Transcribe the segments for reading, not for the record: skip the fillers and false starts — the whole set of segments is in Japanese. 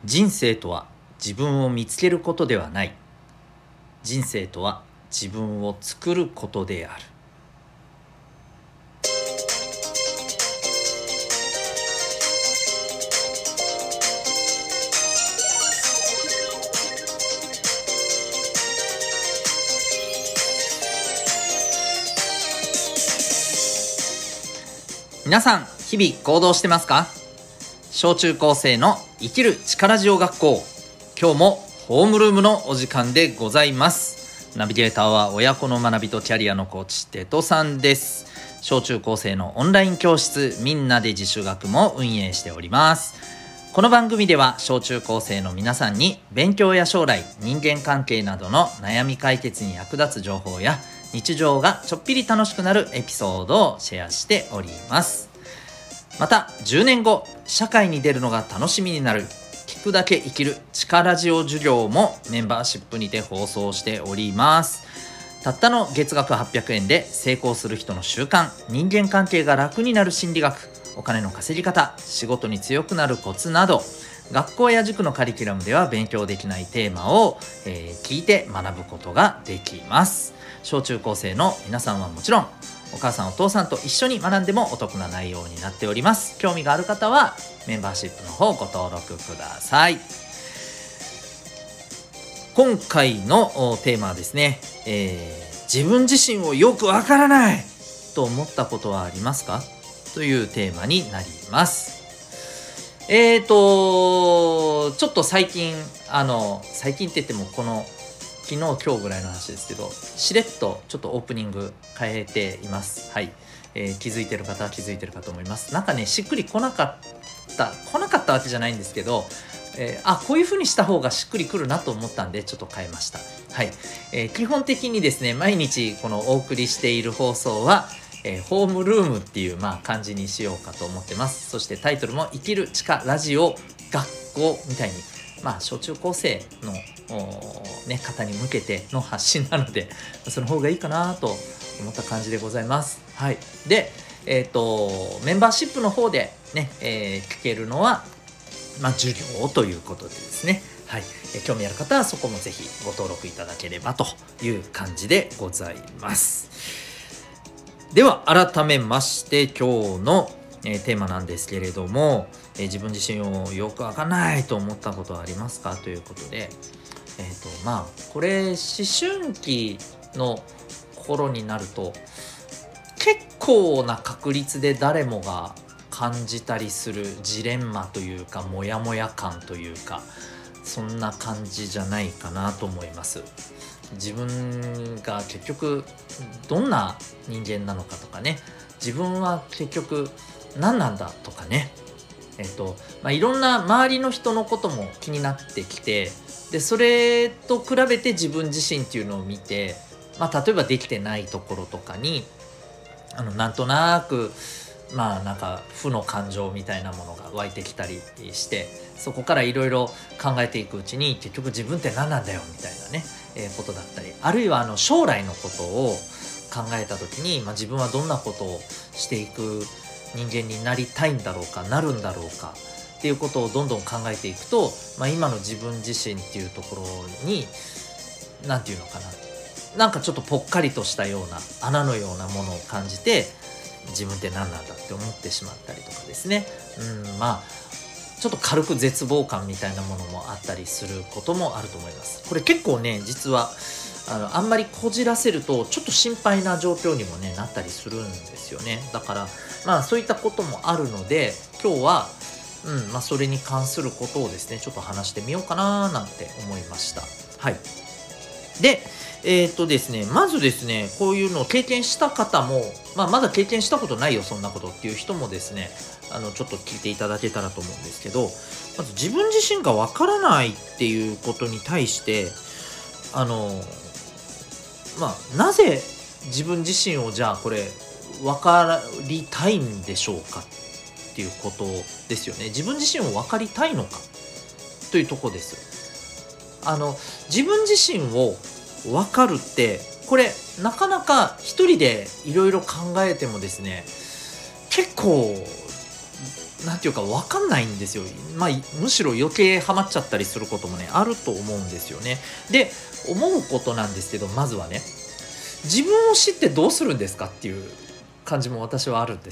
人生とは自分を見つけることではない。人生とは自分を作ることである。皆さん、日々行動してますか？小中高生の生きる力ジオ学校、今日もホームルームのお時間でございます。ナビゲーターは親子の学びとキャリアのコーチテトさんです。小中高生のオンライン教室みんなで自主学も運営しております。この番組では小中高生の皆さんに勉強や将来、人間関係などの悩み解決に役立つ情報や日常がちょっぴり楽しくなるエピソードをシェアしております。また10年後社会に出るのが楽しみになる聞くだけ生きる力ジオ授業もメンバーシップにて放送しております。たったの月額800円で成功する人の習慣、人間関係が楽になる心理学、お金の稼ぎ方、仕事に強くなるコツなど、学校や塾のカリキュラムでは勉強できないテーマを、聞いて学ぶことができます。小中高生の皆さんはもちろん、お母さんお父さんと一緒に学んでもお得な内容になっております。興味がある方はメンバーシップの方ご登録ください。今回のテーマはですね、自分自身をよくわからないと思ったことはありますか？というテーマになります。ちょっと最近って言ってもこの昨日今日ぐらいの話ですけど、しれっとちょっとオープニング変えています。はい、気づいてる方は気づいてるかと思います。なんかね、しっくり来なかったわけじゃないんですけど、こういう風にした方がしっくりくるなと思ったんでちょっと変えました。はい、基本的にですね、毎日このお送りしている放送は、ホームルームっていう感じにしようかと思ってます。そしてタイトルも生きる力ラジオ学校みたいに、小中高生の方に向けての発信なので、その方がいいかなと思った感じでございます。はい。で、メンバーシップの方でね、聞けるのは、授業ということでですね。はい。興味ある方はそこもぜひご登録いただければという感じでございます。では改めまして今日のテーマなんですけれども、自分自身をよくわかんないと思ったことはありますかということで、これ思春期の頃になると結構な確率で誰もが感じたりするジレンマというか、モヤモヤ感というか、そんな感じじゃないかなと思います。自分が結局どんな人間なのかとかね、自分は結局何なんだとかね、いろんな周りの人のことも気になってきて、でそれと比べて自分自身っていうのを見て、例えばできてないところとかになんとなくなんか負の感情みたいなものが湧いてきたりして、そこからいろいろ考えていくうちに結局自分って何なんだよみたいなね、ことだったり、あるいは将来のことを考えた時に、自分はどんなことをしていく人間になりたいんだろうか、なるんだろうかっていうことをどんどん考えていくと、今の自分自身っていうところになんていうのかな、なんかちょっとぽっかりとしたような穴のようなものを感じて、自分って何なんだって思ってしまったりとかですね、ちょっと軽く絶望感みたいなものもあったりすることもあると思います。これ結構ね、実はあんまりこじらせるとちょっと心配な状況にもねなったりするんですよね。だからそういったこともあるので、今日はそれに関することをですねちょっと話してみようかななんて思いました。はい。でですね、まずですね、こういうのを経験した方も、まだ経験したことないよそんなことっていう人もですね、ちょっと聞いていただけたらと思うんですけど、まず自分自身がわからないっていうことに対して、なぜ自分自身をじゃあこれ分かりたいんでしょうかっていうことですよね。自分自身を分かりたいのかというところです。自分自身を分かるってこれなかなか一人でいろいろ考えてもですね、結構なんていうか分かんないんですよ。むしろ余計ハマっちゃったりすることもねあると思うんですよね。で思うことなんですけど、まずはね、自分を知ってどうするんですかっていう感じも私はあるんです。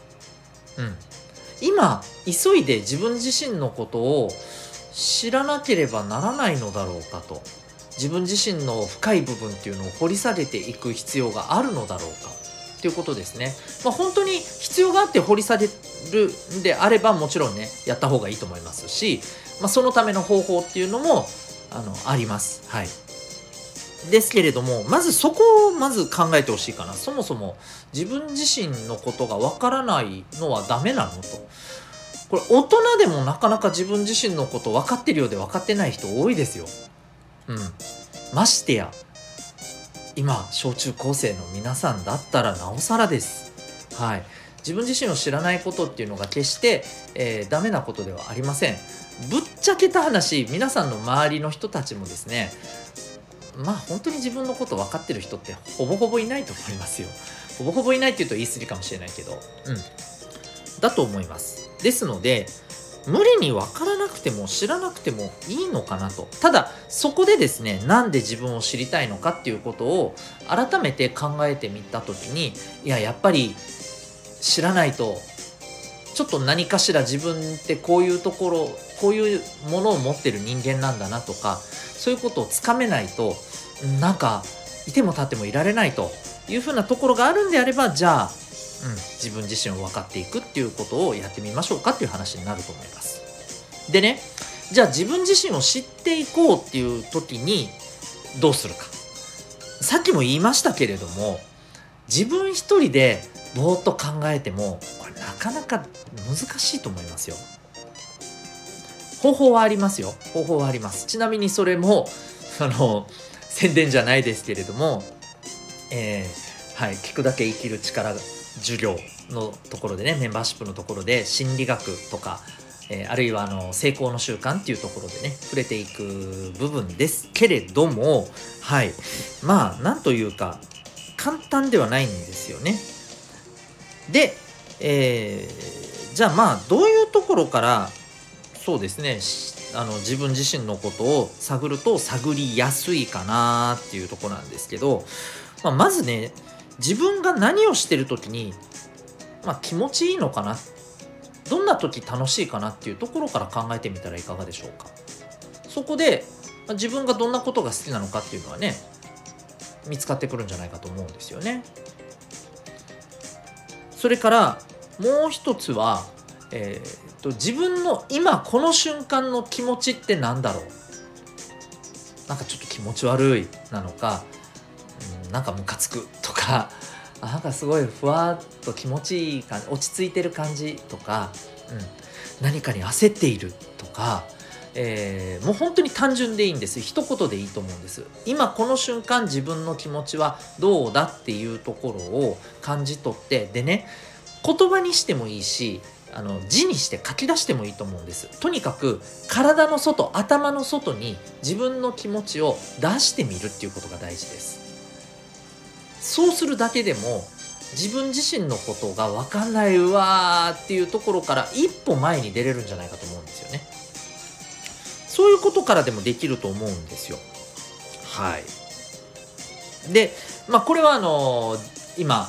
今急いで自分自身のことを知らなければならないのだろうかと、自分自身の深い部分っていうのを掘り下げていく必要があるのだろうかっていうことですね。本当に必要があって掘り下げるんであれば、もちろんねやった方がいいと思いますし、そのための方法っていうのもあります。はい。ですけれども、まずそこをまず考えてほしいかな。そもそも自分自身のことがわからないのはダメなのと。これ大人でもなかなか自分自身のこと分かってるようで分かってない人多いですよ。ましてや今小中高生の皆さんだったらなおさらです。はい。自分自身を知らないことっていうのが決して、ダメなことではありません。ぶっちゃけた話、皆さんの周りの人たちもですね、本当に自分のこと分かってる人ってほぼほぼいないと思いますよ。ほぼほぼいないっていうと言い過ぎかもしれないけど、だと思います。ですので、無理に分からなくても知らなくてもいいのかなと。ただそこでですね、なんで自分を知りたいのかっていうことを改めて考えてみた時に、やっぱり知らないと、ちょっと何かしら自分ってこういうところ、こういうものを持ってる人間なんだなとか、そういうことをつかめないと、なんかいても立ってもいられないというふうなところがあるんであれば、じゃあ自分自身を分かっていくっていうことをやってみましょうかっていう話になると思います。でね、じゃあ自分自身を知っていこうっていう時にどうするか。さっきも言いましたけれども、自分一人でぼーっと考えてもこれなかなか難しいと思いますよ。方法はありますよ。方法はあります。ちなみにそれも宣伝じゃないですけれども、はい、聞くだけ生きる力授業のところでね、メンバーシップのところで心理学とか、あるいは成功の習慣っていうところでね触れていく部分ですけれども、はい、なんというか簡単ではないんですよね。で、じゃあどういうところからそうですね、自分自身のことを探ると探りやすいかなっていうところなんですけど、まずね、自分が何をしてる時に、気持ちいいのかな、どんな時楽しいかなっていうところから考えてみたらいかがでしょうか。そこで、自分がどんなことが好きなのかっていうのはね、見つかってくるんじゃないかと思うんですよね。それからもう一つは、自分の今この瞬間の気持ちってなんだろう。なんかちょっと気持ち悪いなのか、なんかムカつくとか、なんかすごいふわっと気持ちいい感じ、落ち着いてる感じとか、何かに焦っているとか、もう本当に単純でいいんです。一言でいいと思うんです。今この瞬間自分の気持ちはどうだっていうところを感じ取って、でね、言葉にしてもいいし、字にして書き出してもいいと思うんです。とにかく体の外、頭の外に自分の気持ちを出してみるっていうことが大事です。そうするだけでも自分自身のことが分かんないわーっていうところから一歩前に出れるんじゃないかと思うんですよね。そういうことからでもできると思うんですよ。はい。で、これは今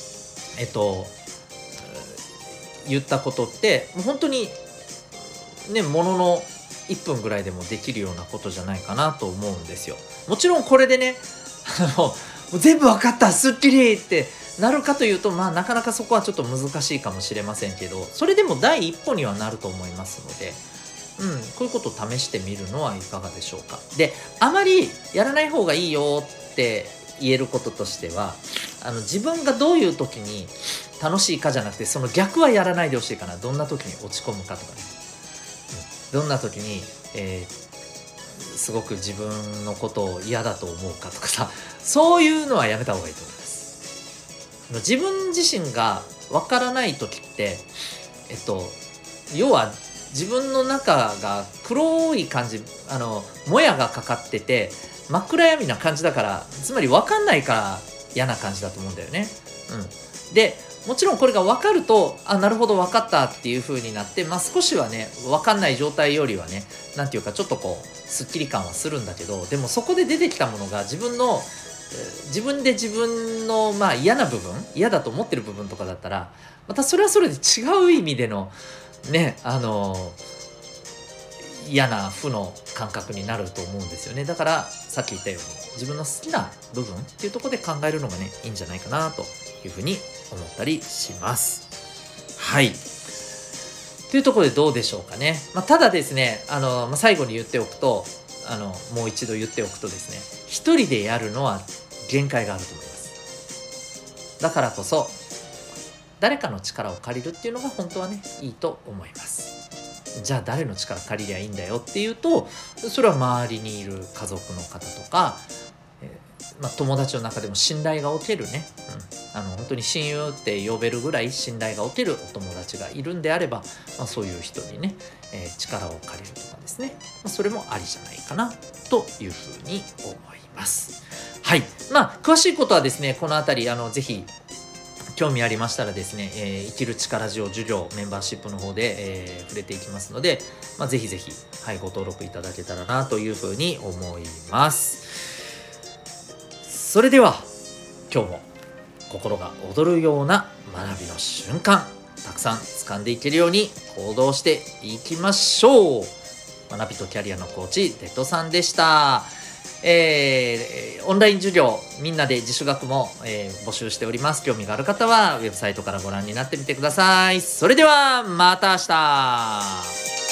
言ったことってもう本当にね、ものの1分ぐらいでもできるようなことじゃないかなと思うんですよ。もちろんこれでね、もう全部分かった、すっきりってなるかというと、なかなかそこはちょっと難しいかもしれませんけど、それでも第一歩にはなると思いますので、こういうことを試してみるのはいかがでしょうか。で、あまりやらない方がいいよって言えることとしては、自分がどういう時に楽しいかじゃなくて、その逆はやらないでほしいかな。どんな時に落ち込むかとかね、どんな時に、すごく自分のことを嫌だと思うかとかさ、そういうのはやめた方がいいと思います。自分自身がわからない時って、要は自分の中が黒い感じ、もやがかかってて真っ暗闇な感じだから、つまりわかんないから嫌な感じだと思うんだよね。で、 もちろんこれが分かると、なるほど分かったっていう風になって、少しはね、分かんない状態よりはね、なんていうかちょっとこうすっきり感はするんだけど、でもそこで出てきたものが自分の嫌な部分、嫌だと思ってる部分とかだったら、またそれはそれで違う意味でのね、嫌な負の感覚になると思うんですよね。だからさっき言ったように自分の好きな部分っていうところで考えるのがね、いいんじゃないかなというふうに思ったりします。はい。というところでどうでしょうかね。ただですね、最後に言っておくと、もう一度言っておくとですね、一人でやるのは限界があると思います。だからこそ誰かの力を借りるっていうのが本当はね、いいと思います。じゃあ誰の力借りりゃいいんだよっていうと、それは周りにいる家族の方とか、友達の中でも信頼がおけるね、本当に親友って呼べるぐらい信頼がおけるお友達がいるんであれば、そういう人にね、力を借りるとかですね、それもありじゃないかなというふうに思います。はい。詳しいことはですね、このあたりぜひ興味ありましたらですね、生きる力ジオ授業メンバーシップの方で、触れていきますので、ぜひぜひ、ご登録いただけたらなというふうに思います。それでは今日も心が躍るような学びの瞬間、たくさん掴んでいけるように行動していきましょう。学びとキャリアのコーチテッドさんでした。オンライン授業みんなで自主学も、募集しております。興味がある方はウェブサイトからご覧になってみてください。それではまた明日。